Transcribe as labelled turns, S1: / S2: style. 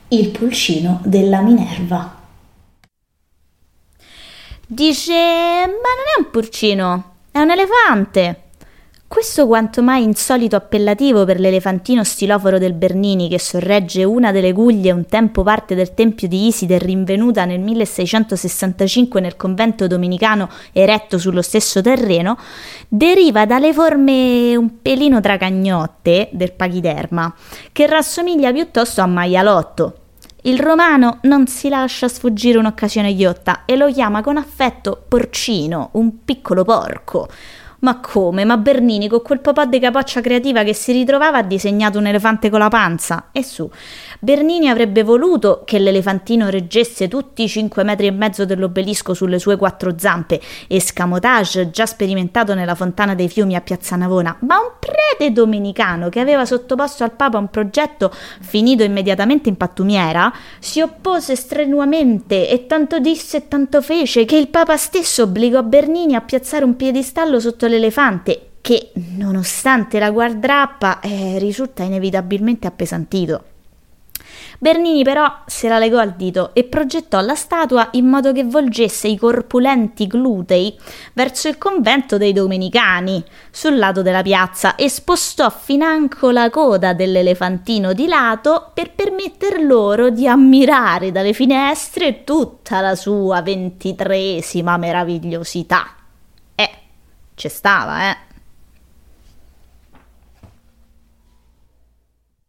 S1: Il pulcino della Minerva.
S2: Dice, ma non è un pulcino, è un elefante. Questo quanto mai insolito appellativo per l'elefantino stiloforo del Bernini, che sorregge una delle guglie un tempo parte del tempio di Iside rinvenuta nel 1665 nel convento domenicano eretto sullo stesso terreno, deriva dalle forme un pelino tracagnotte del pachiderma, che rassomiglia piuttosto a maialotto. Il romano non si lascia sfuggire un'occasione ghiotta e lo chiama con affetto porcino, un piccolo porco. Ma come? Ma Bernini, con quel po' di capoccia creativa che si ritrovava, ha disegnato un elefante con la panza? E su. Bernini avrebbe voluto che l'elefantino reggesse tutti i 5,5 metri dell'obelisco sulle sue 4 zampe, escamotage già sperimentato nella Fontana dei Fiumi a Piazza Navona, ma un prete domenicano che aveva sottoposto al Papa un progetto finito immediatamente in pattumiera, si oppose strenuamente e tanto disse e tanto fece che il Papa stesso obbligò Bernini a piazzare un piedistallo sotto l'elefante, che, nonostante la guardrappa, risulta inevitabilmente appesantito. Bernini però se la legò al dito e progettò la statua in modo che volgesse i corpulenti glutei verso il convento dei Domenicani sul lato della piazza e spostò financo la coda dell'elefantino di lato per permetter loro di ammirare dalle finestre tutta la sua 23esima meravigliosità. Ci stava,